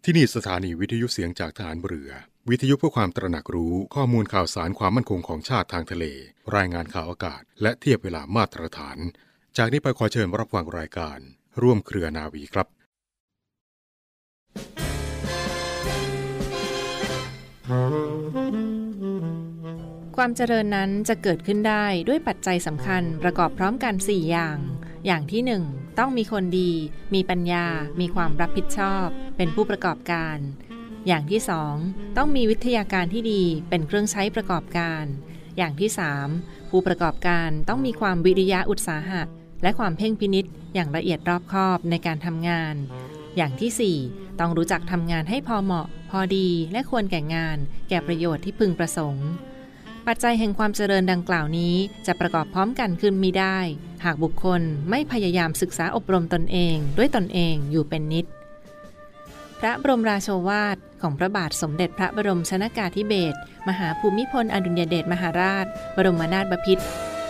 ที่นี่สถานีวิทยุเสียงจากทหารเรือวิทยุเพื่อความตระหนักรู้ข้อมูลข่าวสารความมั่นคงของชาติทางทะเลรายงานข่าวอากาศและเทียบเวลามาตรฐานจากนี้ไปขอเชิญรับฟังรายการร่วมเครือนาวีครับความเจริญนั้นจะเกิดขึ้นได้ด้วยปัจจัยสำคัญประกอบพร้อมกัน4อย่างที่1ต้องมีคนดีมีปัญญามีความรับผิดชอบเป็นผู้ประกอบการอย่างที่2ต้องมีวิทยาการที่ดีเป็นเครื่องใช้ประกอบการอย่างที่3ผู้ประกอบการต้องมีความวิริยะอุตสาหะและความเพ่งพินิจอย่างละเอียดรอบคอบในการทำงานอย่างที่4ต้องรู้จักทำงานให้พอเหมาะพอดีและควรแก่งานแก่ประโยชน์ที่พึงประสงค์ปัจจัยแห่งความเจริญดังกล่าวนี้จะประกอบพร้อมกันขึ้นมิได้หากบุคคลไม่พยายามศึกษาอบรมตนเองด้วยตนเองอยู่เป็นนิจพระบรมราโชวาทของพระบาทสมเด็จพระบรมชนกาธิเบศรมหาภูมิพลอดุลยเดชมหาราชบรมนาถบพิตร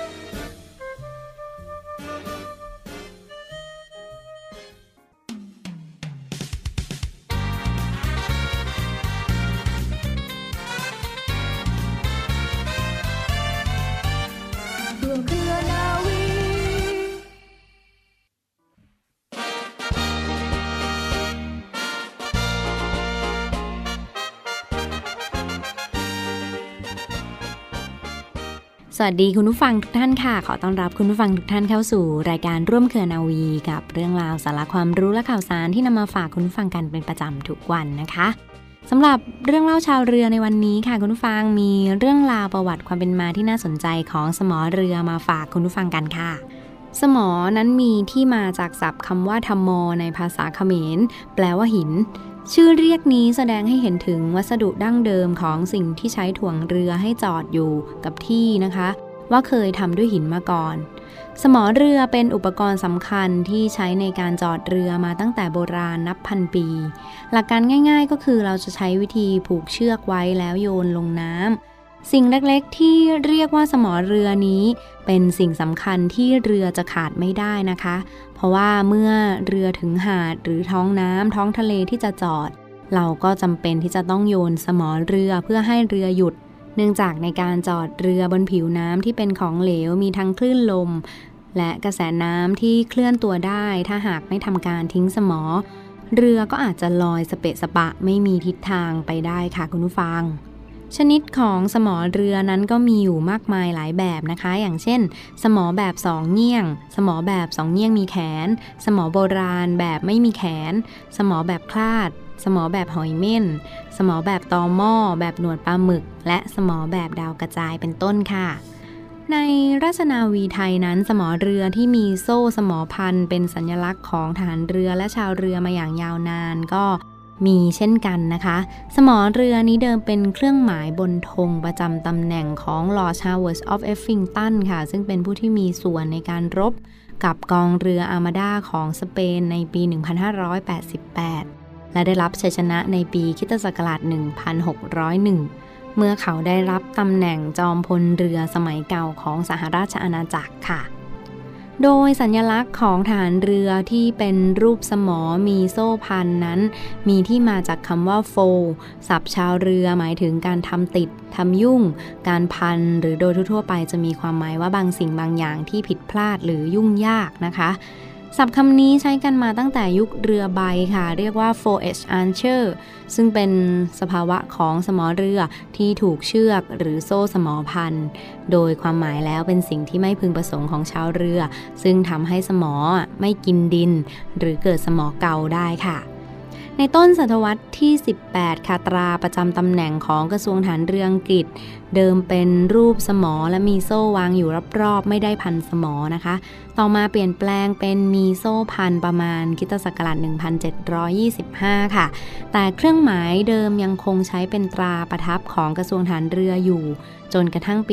สวัสดีคุณผู้ฟังทุกท่านค่ะขอต้อนรับคุณผู้ฟังทุกท่านเข้าสู่รายการร่วมเครือนาวีกับเรื่องราวสาระความรู้และข่าวสารที่นำมาฝากคุณผู้ฟังกันเป็นประจำทุกวันนะคะสำหรับเรื่องเล่าชาวเรือในวันนี้ค่ะคุณผู้ฟังมีเรื่องราวประวัติความเป็นมาที่น่าสนใจของสมอเรือมาฝากคุณผู้ฟังกันค่ะสมอนั้นมีที่มาจากศัพท์คำว่าธรรมอในภาษาเขมรแปลว่าหินชื่อเรียกนี้แสดงให้เห็นถึงวัสดุดั้งเดิมของสิ่งที่ใช้ถ่วงเรือให้จอดอยู่กับที่นะคะว่าเคยทำด้วยหินมาก่อนสมอเรือเป็นอุปกรณ์สำคัญที่ใช้ในการจอดเรือมาตั้งแต่โบราณนับพันปีหลักการง่ายๆก็คือเราจะใช้วิธีผูกเชือกไว้แล้วโยนลงน้ำสิ่งเล็กๆที่เรียกว่าสมอเรือนี้เป็นสิ่งสำคัญที่เรือจะขาดไม่ได้นะคะเพราะว่าเมื่อเรือถึงหาดหรือท้องน้ำท้องทะเลที่จะจอดเราก็จำเป็นที่จะต้องโยนสมอเรือเพื่อให้เรือหยุดเนื่องจากในการจอดเรือบนผิวน้ำที่เป็นของเหลวมีทั้งคลื่นลมและกระแสน้ำที่เคลื่อนตัวได้ถ้าหากไม่ทำการทิ้งสมอเรือก็อาจจะลอยสเปะสปะไม่มีทิศทางไปได้ค่ะคุณผู้ฟังชนิดของสมอเรือนั้นก็มีอยู่มากมายหลายแบบนะคะอย่างเช่นสมอแบบ2เงี่ยงสมอแบบ2เงี่ยงมีแขนสมอโบราณแบบไม่มีแขนสมอแบบคลาดสมอแบบหอยเม่นสมอแบบตอหม้อแบบหนวดปลาหมึกและสมอแบบดาวกระจายเป็นต้นค่ะในราชนาวีไทยนั้นสมอเรือที่มีโซ่สมอพันเป็นสัญลักษณ์ของทหารเรือและชาวเรือมาอย่างยาวนานก็มีเช่นกันนะคะสมอเรือนี้เดิมเป็นเครื่องหมายบนธงประจำตำแหน่งของลอร์ดชาร์ลส์ออฟเอฟฟิงตันค่ะซึ่งเป็นผู้ที่มีส่วนในการรบกับกองเรืออาร์มาดาของสเปนในปี 1588 และได้รับชัยชนะในปีค.ศ. 1601 เมื่อเขาได้รับตำแหน่งจอมพลเรือสมัยเก่าของสหราชอาณาจักรค่ะโดยสัญลักษณ์ของทหารเรือที่เป็นรูปสมอมีโซ่พันนั้นมีที่มาจากคำว่าโฟศัพท์ชาวเรือหมายถึงการทำติดทำยุ่งการพันหรือโดยทั่วไปจะมีความหมายว่าบางสิ่งบางอย่างที่ผิดพลาดหรือยุ่งยากนะคะศัพท์คำนี้ใช้กันมาตั้งแต่ยุคเรือใบค่ะเรียกว่า four-edged archer ซึ่งเป็นสภาวะของสมอเรือที่ถูกเชือกหรือโซ่สมอพันโดยความหมายแล้วเป็นสิ่งที่ไม่พึงประสงค์ของชาวเรือซึ่งทำให้สมอไม่กินดินหรือเกิดสมอเก่าได้ค่ะในต้นศตวรรษที่ 18 ค่ะตราประจำตำแหน่งของกระทรวงทหารเรืออังกฤษเดิมเป็นรูปสมอและมีโซ่วางอยู่รอบๆไม่ได้พันสมอนะคะต่อมาเปลี่ยนแปลงเป็นมีโซ่พันประมาณค.ศ. 1725 ค่ะแต่เครื่องหมายเดิมยังคงใช้เป็นตราประทับของกระทรวงทหารเรืออยู่จนกระทั่งปี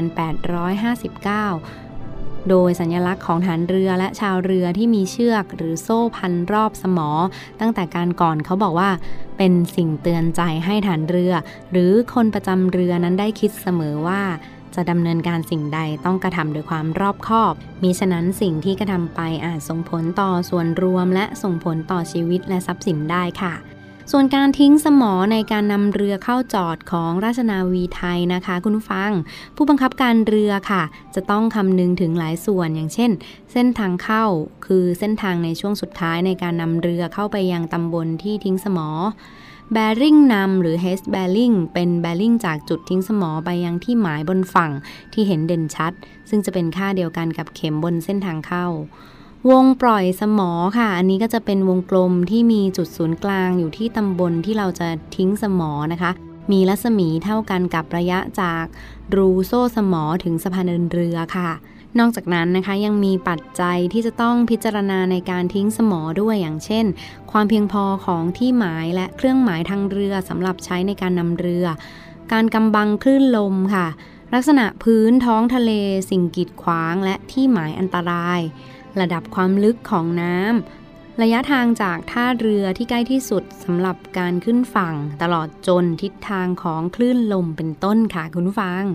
1859โดยสัญลักษณ์ของทหารเรือและชาวเรือที่มีเชือกหรือโซ่พันรอบสมอตั้งแต่การก่อนเขาบอกว่าเป็นสิ่งเตือนใจให้ทหารเรือหรือคนประจำเรือนั้นได้คิดเสมอว่าจะดำเนินการสิ่งใดต้องกระทำด้วยความรอบคอบมิฉะนั้นสิ่งที่กระทำไปอาจส่งผลต่อส่วนรวมและส่งผลต่อชีวิตและทรัพย์สินได้ค่ะส่วนการทิ้งสมอในการนำเรือเข้าจอดของราชนาวีไทยนะคะคุณผู้ฟังผู้บังคับการเรือค่ะจะต้องคำนึงถึงหลายส่วนอย่างเช่นเส้นทางเข้าคือเส้นทางในช่วงสุดท้ายในการนำเรือเข้าไปยังตำบลที่ทิ้งสมอแบริ่งนำหรือ Head Bearing เป็นแบริ่งจากจุดทิ้งสมอไปยังที่หมายบนฝั่งที่เห็นเด่นชัดซึ่งจะเป็นค่าเดียวกันกับเข็มบนเส้นทางเข้าวงปล่อยสมอค่ะอันนี้ก็จะเป็นวงกลมที่มีจุดศูนย์กลางอยู่ที่ตำบลที่เราจะทิ้งสมอนะคะมีรัศมีเท่ากันกับระยะจากรูโซ่สมอถึงสะพานเดินเรือค่ะนอกจากนั้นนะคะยังมีปัจจัยที่จะต้องพิจารณาในการทิ้งสมอด้วยอย่างเช่นความเพียงพอของที่หมายและเครื่องหมายทางเรือสำหรับใช้ในการนำเรือการกำบังคลื่นลมค่ะลักษณะพื้นท้องทะเลสิ่งกีดขวางและที่หมายอันตรายระดับความลึกของน้ำระยะทางจากท่าเรือที่ใกล้ที่สุดสำหรับการขึ้นฝั่งตลอดจนทิศทางของคลื่นลมเป็นต้นค่ะคุณผู้ฟัง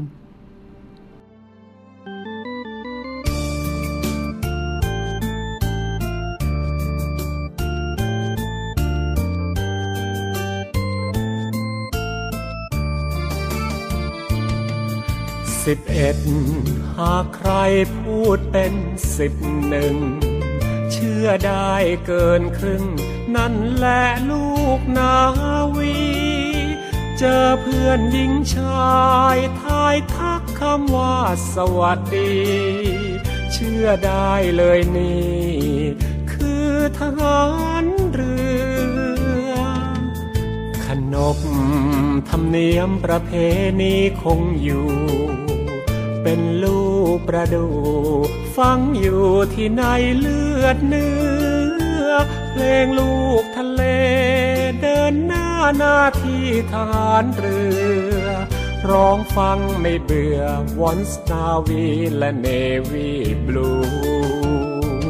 11หากใครพูดเป็น11เชื่อได้เกินครึ่งนั่นแหละลูกนาวีเจอเพื่อนหญิงชายทายทักคำว่าสวัสดีเชื่อได้เลยนี่คือทหารเรือขนบธรรมเนียมประเพณีคงอยู่เป็นลูกประดูฝังอยู่ที่ในเลือดเนื้อเพลงลูกทะเลเดินหน้าหน้าที่ทหารเรือร้องฟังไม่เบื่อ Once Navy และ Navy Blue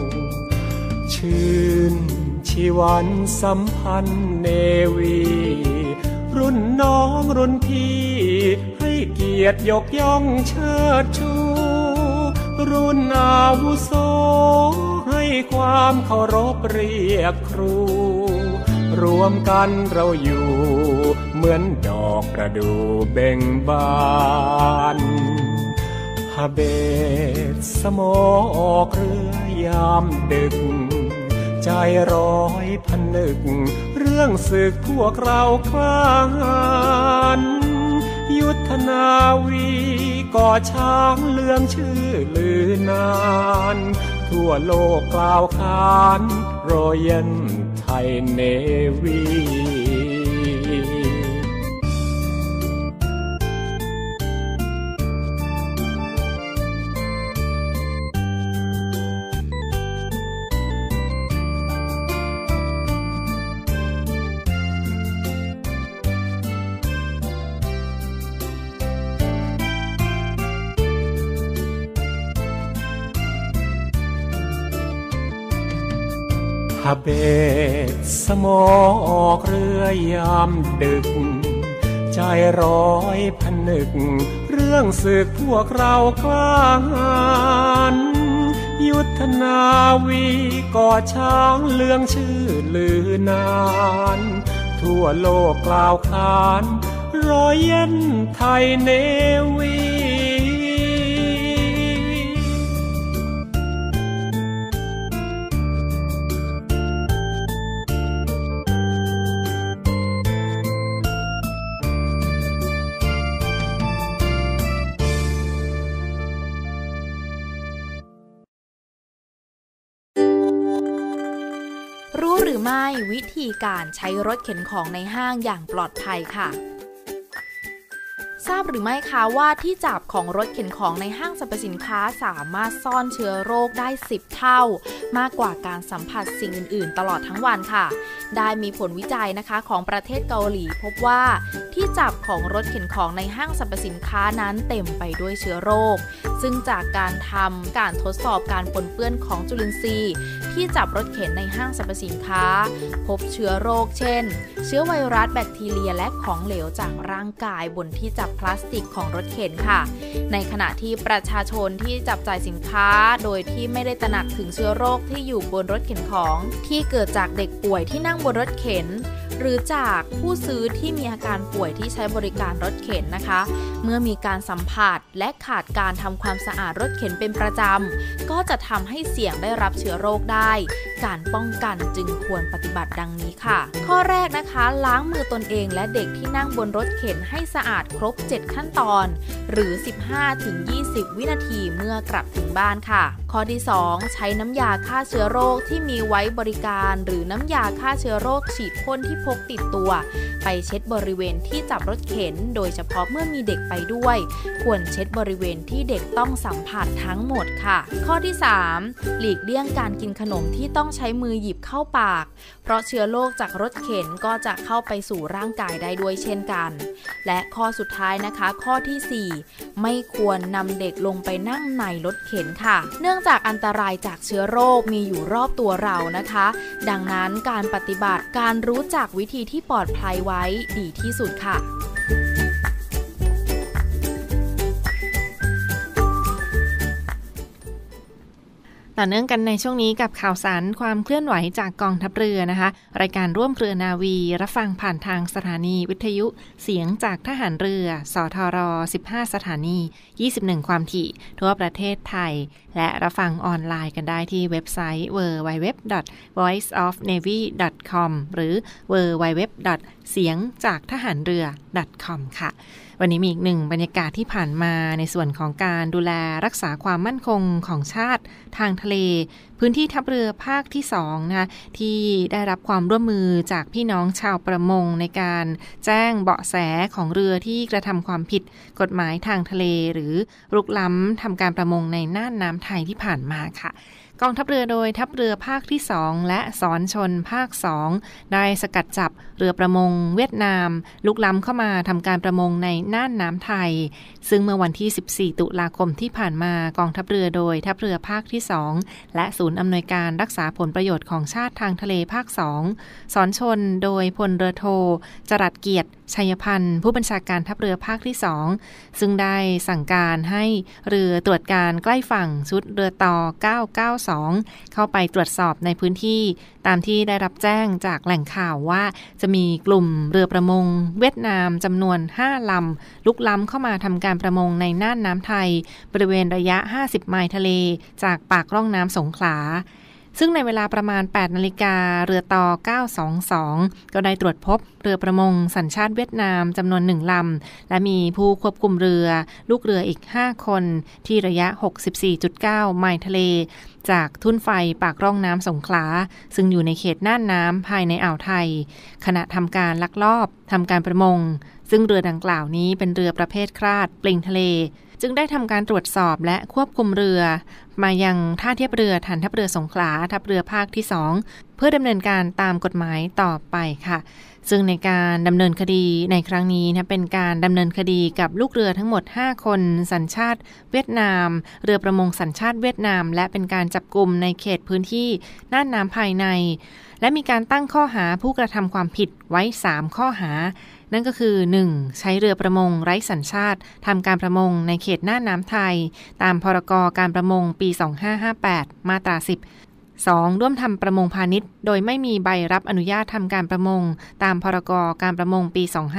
ชื่นชีวันสัมพันธ์เนวีรุ่นน้องรุ่นพี่ให้เกียรติยกย่องเชิดชูรุ่นอาวุโสให้ความเคารพเรียกครูรวมกันเราอยู่เหมือนดอกประดู่เบ่งบานฮาเบตสมอออกเรือยามดึกใจร้อยผนึกเรื่องศึกพวกเราคลานยุทธนาวีก่อช้างเลื่องชื่อลือนานทั่วโลกกล่าวขานรอยัลไทยเนวีฮาเบตสมอออกเรือยามดึกใจร้อยผนึกเรื่องศึกพวกเรากล้าหาญยุทธนาวีก่อช้างเลื่องชื่อลือนานทั่วโลกกล่าวขานรอยเย็นไทยเนวีรู้หรือไม่วิธีการใช้รถเข็นของในห้างอย่างปลอดภัยค่ะทราบหรือไม่คะว่าที่จับของรถเข็นของในห้างสรรพสินค้าสามารถซ่อนเชื้อโรคได้10เท่ามากกว่าการสัมผัสสิ่งอื่นๆตลอดทั้งวันค่ะได้มีผลวิจัยนะคะของประเทศเกาหลีพบว่าที่จับของรถเข็นของในห้างสรรพสินค้านั้นเต็มไปด้วยเชื้อโรคซึ่งจากการทดสอบการปนเปื้อนของจุลินทรีย์ที่จับรถเข็นในห้างสรรพสินค้าพบเชื้อโรคเช่นเชื้อไวรัสแบคทีเรียและของเหลวจากร่างกายบนที่จับพลาสติกของรถเข็นค่ะในขณะที่ประชาชนที่จับจ่ายสินค้าโดยที่ไม่ได้ตระหนักถึงเชื้อโรคที่อยู่บนรถเข็นของที่เกิดจากเด็กป่วยที่นั่งบนรถเข็นหรือจากผู้ซื้อที่มีอาการป่วยที่ใช้บริการรถเข็นนะคะเมื่อมีการสัมผัสและขาดการทำความสะอาดรถเข็นเป็นประจำก็จะทำให้เสี่ยงได้รับเชื้อโรคได้การป้องกันจึงควรปฏิบัติดังนี้ค่ะข้อแรกนะคะล้างมือตนเองและเด็กที่นั่งบนรถเข็นให้สะอาดครบ7ขั้นตอนหรือ 15-20 วินาทีเมื่อกลับถึงบ้านค่ะข้อที่2ใช้น้ำยาฆ่าเชื้อโรคที่มีไว้บริการหรือน้ำยาฆ่าเชื้อโรคฉีดพ่นที่พกติดตัวไปเช็ดบริเวณที่จับรถเข็นโดยเฉพาะเมื่อมีเด็กไปด้วยควรเช็ดบริเวณที่เด็กต้องสัมผัสทั้งหมดค่ะข้อที่3หลีกเลี่ยงการกินขนมที่ต้องใช้มือหยิบเข้าปากเพราะเชื้อโรคจากรถเข็นก็จะเข้าไปสู่ร่างกายได้ด้วยเช่นกันและข้อสุดท้ายนะคะข้อที่4ไม่ควรนำเด็กลงไปนั่งในรถเข็นค่ะเนื่องจากอันตรายจากเชื้อโรคมีอยู่รอบตัวเรานะคะดังนั้นการปฏิบัติการรู้จักวิธีที่ปลอดภัยไว้ดีที่สุดค่ะต่อเนื่องกันในช่วงนี้กับข่าวสารความเคลื่อนไหวจากกองทัพเรือนะคะรายการร่วมเครือนาวีรับฟังผ่านทางสถานีวิทยุเสียงจากทหารเรือสทร15สถานี21ความถี่ทั่วประเทศไทยและรับฟังออนไลน์กันได้ที่เว็บไซต์ www.voiceofnavy.com หรือ www.เสียงจากทหารเรือ .com ค่ะวันนี้มีอีกหนึ่งบรรยากาศที่ผ่านมาในส่วนของการดูแลรักษาความมั่นคงของชาติทางทะเลพื้นที่ทัพเรือภาคที่2นะคะที่ได้รับความร่วมมือจากพี่น้องชาวประมงในการแจ้งเบาะแสของเรือที่กระทำความผิดกฎหมายทางทะเลหรือรุกล้ำทำการประมงในน่านน้ำไทยที่ผ่านมาค่ะกองทัพเรือโดยทัพเรือภาคที่2และสอนชนภาค2ได้สกัดจับเรือประมงเวียดนามลุกล้ำเข้ามาทำการประมงในน่านน้ำไทยซึ่งเมื่อวันที่14ตุลาคมที่ผ่านมากองทัพเรือโดยทัพเรือภาคที่2และศูนย์อำนวยการรักษาผลประโยชน์ของชาติทางทะเลภาค2สอนชนโดยพลเรือโทจรัสเกียรติชัยพันธ์ผู้บัญชาการทัพเรือภาคที่2ซึ่งได้สั่งการให้เรือตรวจการใกล้ฝั่งชุดเรือต่อ992เข้าไปตรวจสอบในพื้นที่ตามที่ได้รับแจ้งจากแหล่งข่าวว่าจะมีกลุ่มเรือประมงเวียดนามจำนวน5ลำลุกล้ำเข้ามาทำการประมงในน่านน้ำไทยบริเวณระยะ50ไมล์ทะเลจากปากร่องน้ำสงขลาซึ่งในเวลาประมาณ 8 นาฬิกาเรือต่อ922ก็ได้ตรวจพบเรือประมงสัญชาติเวียดนามจำนวน1ลำและมีผู้ควบคุมเรือลูกเรืออีก5คนที่ระยะ 64.9 ไมล์ทะเลจากทุ่นไฟปากร่องน้ำสงขลาซึ่งอยู่ในเขตน่านน้ำภายในอ่าวไทยขณะทำการลักลอบทำการประมงซึ่งเรือดังกล่าวนี้เป็นเรือประเภทคลาดปลิงทะเลจึงได้ทำการตรวจสอบและควบคุมเรือมายังท่าเทียบเรือฐานทัพเรือสงขลาทัพเรือภาคที่2เพื่อดำเนินการตามกฎหมายต่อไปค่ะซึ่งในการดำเนินคดีในครั้งนี้นะเป็นการดำเนินคดีกับลูกเรือทั้งหมด5คนสัญชาติเวียดนามเรือประมงสัญชาติเวียดนามและเป็นการจับกุมในเขตพื้นที่น่านน้ำภายในและมีการตั้งข้อหาผู้กระทำความผิดไว้3ข้อหานั่นก็คือ 1. ใช้เรือประมงไร้สัญชาติทำการประมงในเขตน่านน้ำไทยตามพรกการประมงปี 2558 มาตรา 10 2. ร่วมทำประมงพาณิชย์โดยไม่มีใบรับอนุญาตทำการประมงตามพรกการประมงปี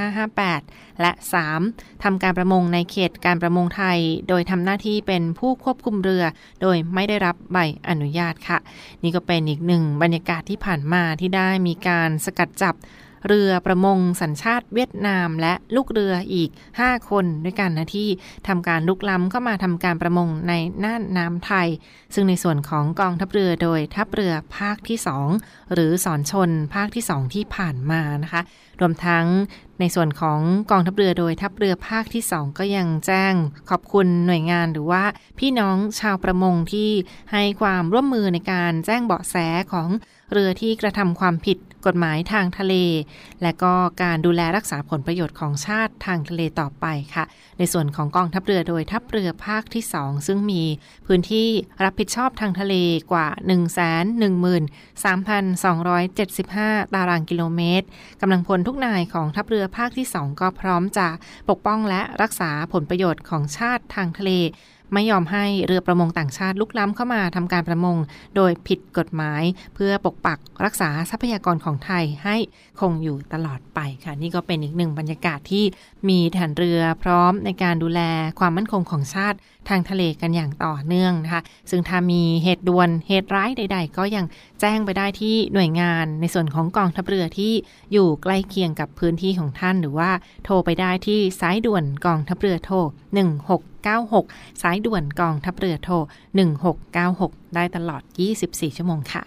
2558 และ 3. ทำการประมงในเขตการประมงไทยโดยทำหน้าที่เป็นผู้ควบคุมเรือโดยไม่ได้รับใบอนุญาตค่ะนี่ก็เป็นอีกหนึ่งบรรยากาศที่ผ่านมาที่ได้มีการสกัดจับเรือประมงสัญชาติเวียดนามและลูกเรืออีก5คนด้วยกันนะที่ทำการลุกล้ำเข้ามาทำการประมงในน่านน้ำไทยซึ่งในส่วนของกองทัพเรือโดยทัพเรือภาคที่2หรือสอนชนภาคที่2ที่ผ่านมานะคะรวมทั้งในส่วนของกองทัพเรือโดยทัพเรือภาคที่2ก็ยังแจ้งขอบคุณหน่วยงานหรือว่าพี่น้องชาวประมงที่ให้ความร่วมมือในการแจ้งเบาะแสของเรือที่กระทำความผิดกฎหมายทางทะเลและก็การดูแลรักษาผลประโยชน์ของชาติทางทะเลต่อไปค่ะในส่วนของกองทัพเรือโดยทัพเรือภาคที่2ซึ่งมีพื้นที่รับผิดชอบทางทะเลกว่า 113,275 ตารางกิโลเมตรกำลังพลทุกนายของทัพเรือภาคที่2ก็พร้อมจะปกป้องและรักษาผลประโยชน์ของชาติทางทะเลไม่ยอมให้เรือประมงต่างชาติลุกล้ำเข้ามาทำการประมงโดยผิดกฎหมายเพื่อปกปักรักษาทรัพยากรของไทยให้คงอยู่ตลอดไปค่ะนี่ก็เป็นอีกหนึ่งบรรยากาศที่มีทหารเรือพร้อมในการดูแลความมั่นคงของชาติทางทะเลกันอย่างต่อเนื่องนะคะซึ่งถ้ามีเหตุด่วนเหตุร้ายใดๆก็ยังแจ้งไปได้ที่หน่วยงานในส่วนของกองทัพเรือที่อยู่ใกล้เคียงกับพื้นที่ของท่านหรือว่าโทรไปได้ที่สายด่วนกองทัพเรือโทร1696สายด่วนกองทัพเรือโทร1696ได้ตลอด24ชั่วโมงค่ะ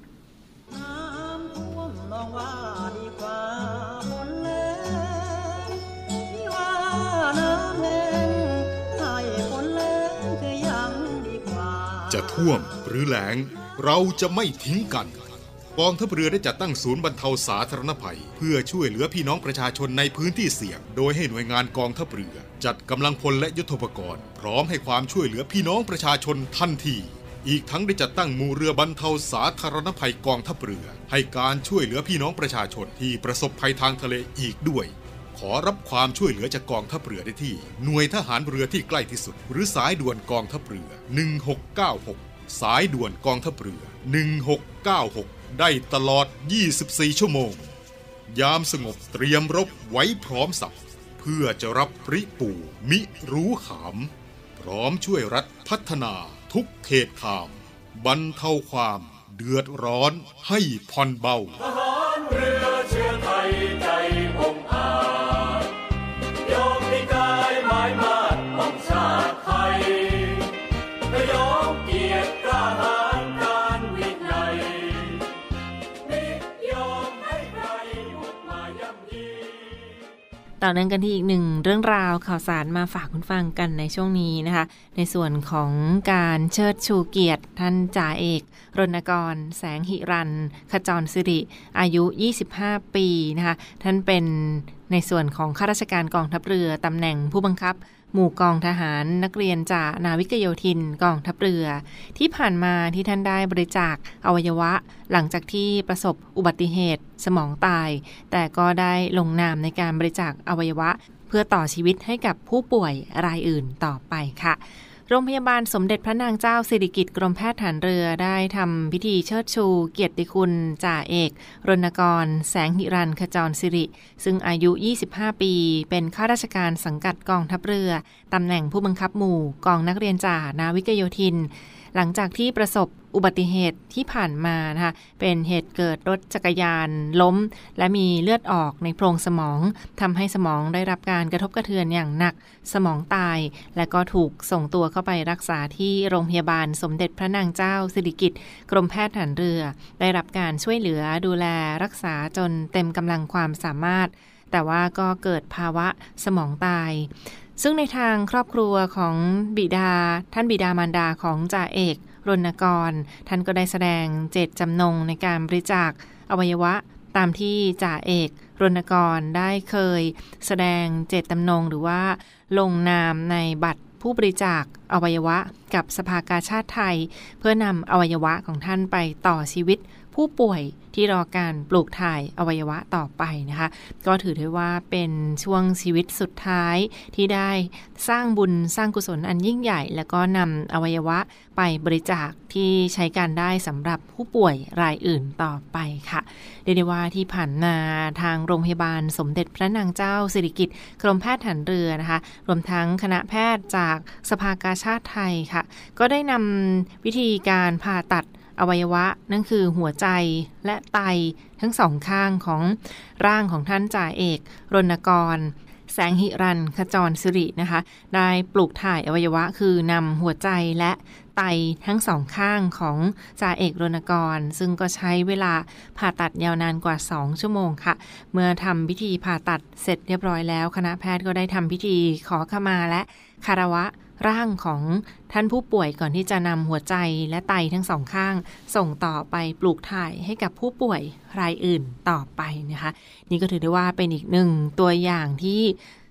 จะท่วมหรือแล้งเราจะไม่ทิ้งกันกองทัพเรือได้จัดตั้งศูนย์บรรเทาสาธารณภัยเพื่อช่วยเหลือพี่น้องประชาชนในพื้นที่เสี่ยงโดยให้หน่วยงานกองทัพเรือจัดกำลังพลและยุทโธปกรณ์พร้อมให้ความช่วยเหลือพี่น้องประชาชนทันทีอีกทั้งได้จัดตั้งหมู่เรือบรรเทาสาธารณภัยกองทัพเรือให้การช่วยเหลือพี่น้องประชาชนที่ประสบภัยทางทะเลอีกด้วยขอรับความช่วยเหลือจากกองทัพเรือได้ที่หน่วยทหารเรือที่ใกล้ที่สุดหรือสายด่วนกองทัพเรือ1696สายด่วนกองทัพเรือ1696ได้ตลอด24ชั่วโมงยามสงบเตรียมรบไว้พร้อมสับเพื่อจะรับปริปู่มิรู้ขามพร้อมช่วยรัฐพัฒนาทุกเขตขามบรรเทาความเดือดร้อนให้ผ่อนเบาทหารเรือเชื้อไทยใจองอาจยอมมีกายหมายมาดของชาติไทยและยอมเกียรติกล้าหาญการวินัยมิยอมให้ใครบุกมาย่ำยีต่อเนื่องกันที่อีกหนึ่งเรื่องราวข่าวสารมาฝากคุณฟังกันในช่วงนี้นะคะในส่วนของการเชิดชูเกียรติท่านจ่าเอกรณกรแสงหิรันขจรสิริอายุ25ปีนะคะท่านเป็นในส่วนของข้าราชการกองทัพเรือตำแหน่งผู้บังคับหมู่กองทหารนักเรียนจากนาวิกโยธินกองทัพเรือที่ผ่านมาที่ท่านได้บริจาคอวัยวะหลังจากที่ประสบอุบัติเหตุสมองตายแต่ก็ได้ลงนามในการบริจาคอวัยวะเพื่อต่อชีวิตให้กับผู้ป่วยรายอื่นต่อไปค่ะโรงพยาบาลสมเด็จพระนางเจ้าสิริกิติ์กรมแพทย์ทหารเรือได้ทำพิธีเชิดชูเกียรติคุณจ่าเอกรณกรแสงหิรันขจรสิริซึ่งอายุ25ปีเป็นข้าราชการสังกัดกองทัพเรือตำแหน่งผู้บังคับหมู่กองนักเรียนจ่านาวิกโยธินหลังจากที่ประสบอุบัติเหตุที่ผ่านมานะคะเป็นเหตุเกิดรถจักรยานล้มและมีเลือดออกในโพรงสมองทำให้สมองได้รับการกระทบกระเทือนอย่างหนักสมองตายและก็ถูกส่งตัวเข้าไปรักษาที่โรงพยาบาลสมเด็จพระนางเจ้าสิริกิติ์กรมแพทย์ทหารเรือได้รับการช่วยเหลือดูแลรักษาจนเต็มกำลังความสามารถแต่ว่าก็เกิดภาวะสมองตายซึ่งในทางครอบครัวของท่านบิดามารดาของจ่าเอกรณกรท่านก็ได้แสดงเจตจำนงในการบริจาคอวัยวะตามที่จ่าเอกรณกรได้เคยแสดงเจตจำนงหรือว่าลงนามในบัตรผู้บริจาคอวัยวะกับสภากาชาติไทยเพื่อนำอวัยวะของท่านไปต่อชีวิตผู้ป่วยที่รอการปลูกถ่ายอวัยวะต่อไปนะคะก็ถือได้ว่าเป็นช่วงชีวิตสุดท้ายที่ได้สร้างบุญสร้างกุศลอันยิ่งใหญ่แล้วก็นำอวัยวะไปบริจาคที่ใช้การได้สำหรับผู้ป่วยรายอื่นต่อไปค่ะเรียกได้ว่าที่ผ่านมาทางโรงพยาบาลสมเด็จพระนางเจ้าสิริกิติ์กรมแพทย์ทหารเรือนะคะรวมทั้งคณะแพทย์จากสภากาชาดไทยค่ะก็ได้นำวิธีการผ่าตัดอวัยวะนั่นคือหัวใจและไตทั้งสองข้างของร่างของท่านจ่าเอกรณกรแสงหิรันขจรสิรินะคะได้ปลูกถ่ายอวัยวะคือนำหัวใจและไตทั้งสองข้างของจ่าเอกรณกรซึ่งก็ใช้เวลาผ่าตัดยาวนานกว่า2ชั่วโมงค่ะเมื่อทำพิธีผ่าตัดเสร็จเรียบร้อยแล้วคณะแพทย์ก็ได้ทำพิธีขอขมาและคารวะร่างของท่านผู้ป่วยก่อนที่จะนำหัวใจและไตทั้งสองข้างส่งต่อไปปลูกถ่ายให้กับผู้ป่วยรายอื่นต่อไปนะคะนี่ก็ถือได้ว่าเป็นอีกหนึ่งตัวอย่างที่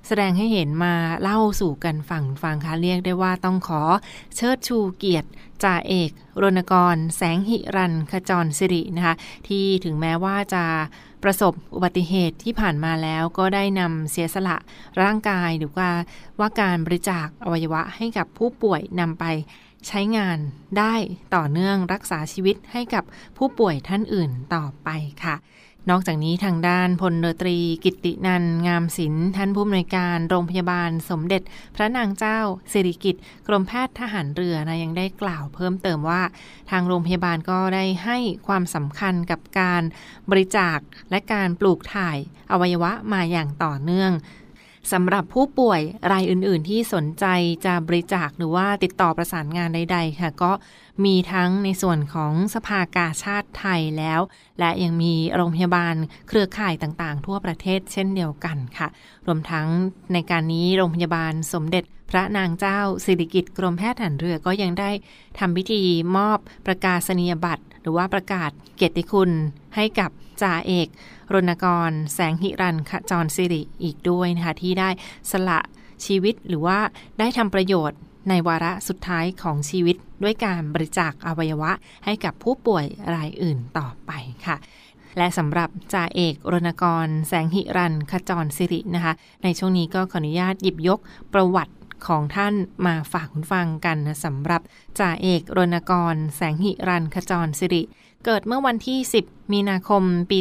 แสดงให้เห็นมาเล่าสู่กันฟังค่ะเรียกได้ว่าต้องขอเชิดชูเกียรติจ่าเอกรณกรแสงหิรัญขจรสิรินะคะที่ถึงแม้ว่าจะประสบอุบัติเหตุที่ผ่านมาแล้วก็ได้นำเสียสละร่างกายหรือว่าการบริจาคอวัยวะให้กับผู้ป่วยนำไปใช้งานได้ต่อเนื่องรักษาชีวิตให้กับผู้ป่วยท่านอื่นต่อไปค่ะนอกจากนี้ทางด้านพลเรือตรีกิตตินันท์งามศิลป์ท่านผู้อำนวยการโรงพยาบาลสมเด็จพระนางเจ้าสิริกิติ์กรมแพทย์ทหารเรือนะยังได้กล่าวเพิ่มเติมว่าทางโรงพยาบาลก็ได้ให้ความสำคัญกับการบริจาคและการปลูกถ่ายอวัยวะมาอย่างต่อเนื่องสำหรับผู้ป่วยรายอื่นๆที่สนใจจะบริจาคหรือว่าติดต่อประสานงานใดๆค่ะก็มีทั้งในส่วนของสภากาชาดไทยแล้วและยังมีโรงพยาบาลเครือข่ายต่างๆทั่วประเทศเช่นเดียวกันค่ะรวมทั้งในการนี้โรงพยาบาลสมเด็จพระนางเจ้าสิริกิติ์กรมแพทย์ทหารเรือก็ยังได้ทำพิธีมอบประกาศนียบัตรหรือว่าประกาศเกียรติคุณให้กับจ่าเอกรณกรแสงหิรัญขจรสิริอีกด้วยนะคะที่ได้สละชีวิตหรือว่าได้ทำประโยชน์ในวาระสุดท้ายของชีวิตด้วยการบริจาคอวัยวะให้กับผู้ป่วยรายอื่นต่อไปค่ะและสำหรับจ่าเอกรณกรแสงหิรัญขจรสิรินะคะในช่วงนี้ก็ขออนุญาตหยิบยกประวัติของท่านมาฝากคุณฟังกันนะสำหรับจ่าเอกรณกรแสงหิรัญขจรสิริเกิดเมื่อวันที่10มีนาคมปี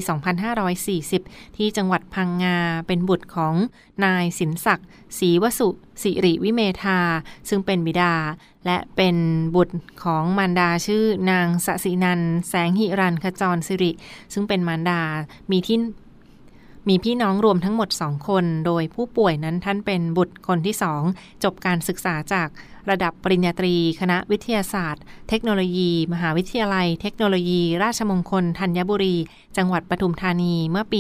2540ที่จังหวัดพังงาเป็นบุตรของนายสินศักดิ์ศรีวสุสิริวิเมธาซึ่งเป็นบิดาและเป็นบุตรของมารดาชื่อนางสศินันท์แสงหิรัญขจรสิริซึ่งเป็นมารดามีพี่น้องรวมทั้งหมด2คนโดยผู้ป่วยนั้นท่านเป็นบุตรคนที่2จบการศึกษาจากระดับปริญญาตรีคณะวิทยาศาสตร์เทคโนโลยีมหาวิทยาลัยเทคโนโลยีราชมงคลธัญบุรีจังหวัดปทุมธานีเมื่อปี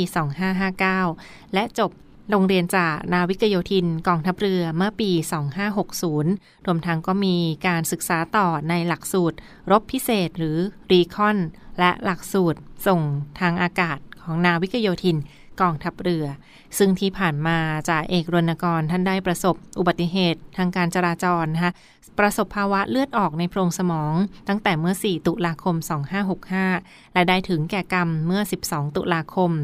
2559และจบโรงเรียนจากนาวิกโยธินกองทัพเรือเมื่อปี2560รวมทั้งก็มีการศึกษาต่อในหลักสูตรรบพิเศษหรือรีคอนและหลักสูตรส่งทางอากาศของนาวิกโยธินกองทัพเรือซึ่งที่ผ่านมาจ่าเอกรณกรท่านได้ประสบอุบัติเหตุทางการจราจรนะคะประสบภาวะเลือดออกในโพรงสมองตั้งแต่เมื่อ4ตุลาคม2565และได้ถึงแก่กรรมเมื่อ12ตุลาคม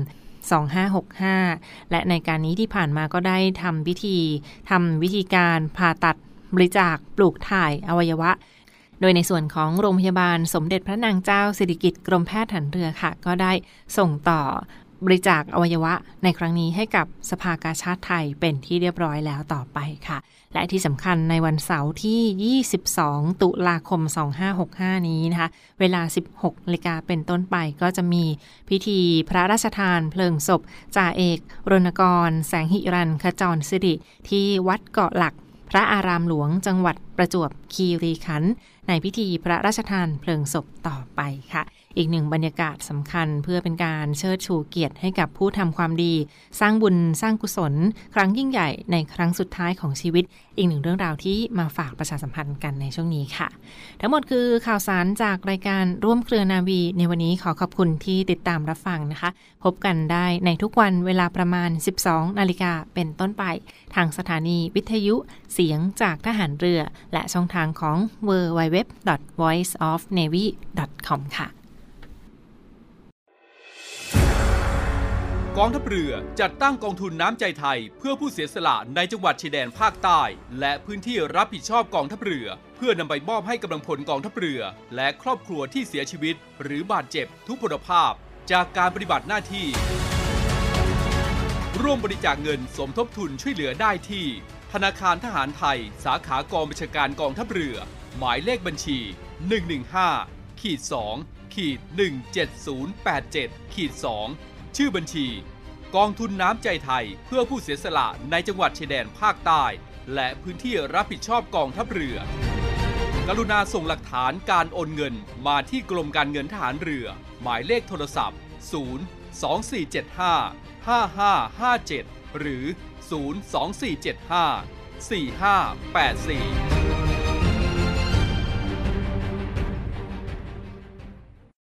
2565และในการนี้ที่ผ่านมาก็ได้ทำวิธีการผ่าตัดบริจาคปลูกถ่ายอวัยวะโดยในส่วนของโรงพยาบาลสมเด็จพระนางเจ้าสิริกิติ์กรมแพทย์ทหารเรือค่ะก็ได้ส่งต่อบริจาคอวัยวะในครั้งนี้ให้กับสภากาชาดไทยเป็นที่เรียบร้อยแล้วต่อไปค่ะและที่สำคัญในวันเสาร์ที่22ตุลาคม2565นี้นะคะเวลา 16 นาฬิกาเป็นต้นไปก็จะมีพิธีพระราชทานเพลิงศพจ่าเอกรณกรแสงหิรัญขจรสิริที่วัดเกาะหลักพระอารามหลวงจังหวัดประจวบคีรีขันธ์ในพิธีพระราชทานเพลิงศพต่อไปค่ะอีกหนึ่งบรรยากาศสำคัญเพื่อเป็นการเชิดชูเกียรติให้กับผู้ทำความดีสร้างบุญสร้างกุศลครั้งยิ่งใหญ่ในครั้งสุดท้ายของชีวิตอีกหนึ่งเรื่องราวที่มาฝากประชาสัมพันธ์กันในช่วงนี้ค่ะทั้งหมดคือข่าวสารจากรายการร่วมเครือนาวีในวันนี้ขอขอบคุณที่ติดตามรับฟังนะคะพบกันได้ในทุกวันเวลาประมาณ 12 นาฬิกาเป็นต้นไปทางสถานีวิทยุเสียงจากทหารเรือและช่องทางของ www.voiceofnavy.com ค่ะกองทัพเรือจัดตั้งกองทุนน้ำใจไทยเพื่อผู้เสียสละในจังหวัดชายแดนภาคใต้และพื้นที่รับผิดชอบกองทัพเรือเพื่อนำไปมอบให้กำลังพลกองทัพเรือและครอบครัวที่เสียชีวิตหรือบาดเจ็บทุกพลภาพจากการปฏิบัติหน้าที่ร่วมบริจาคเงินสมทบทุนช่วยเหลือได้ที่ธนาคารทหารไทยสาขากองบัญชาการกองทัพเรือหมายเลขบัญชี 115-2-17087-2ชื่อบัญชีกองทุนน้ำใจไทยเพื่อผู้เสียสละในจังหวัดชายแดนภาคใต้และพื้นที่รับผิดชอบกองทัพเรือกรุณาส่งหลักฐานการโอนเงินมาที่กรมการเงินทหารเรือหมายเลขโทรศัพท์024755557หรือ024754584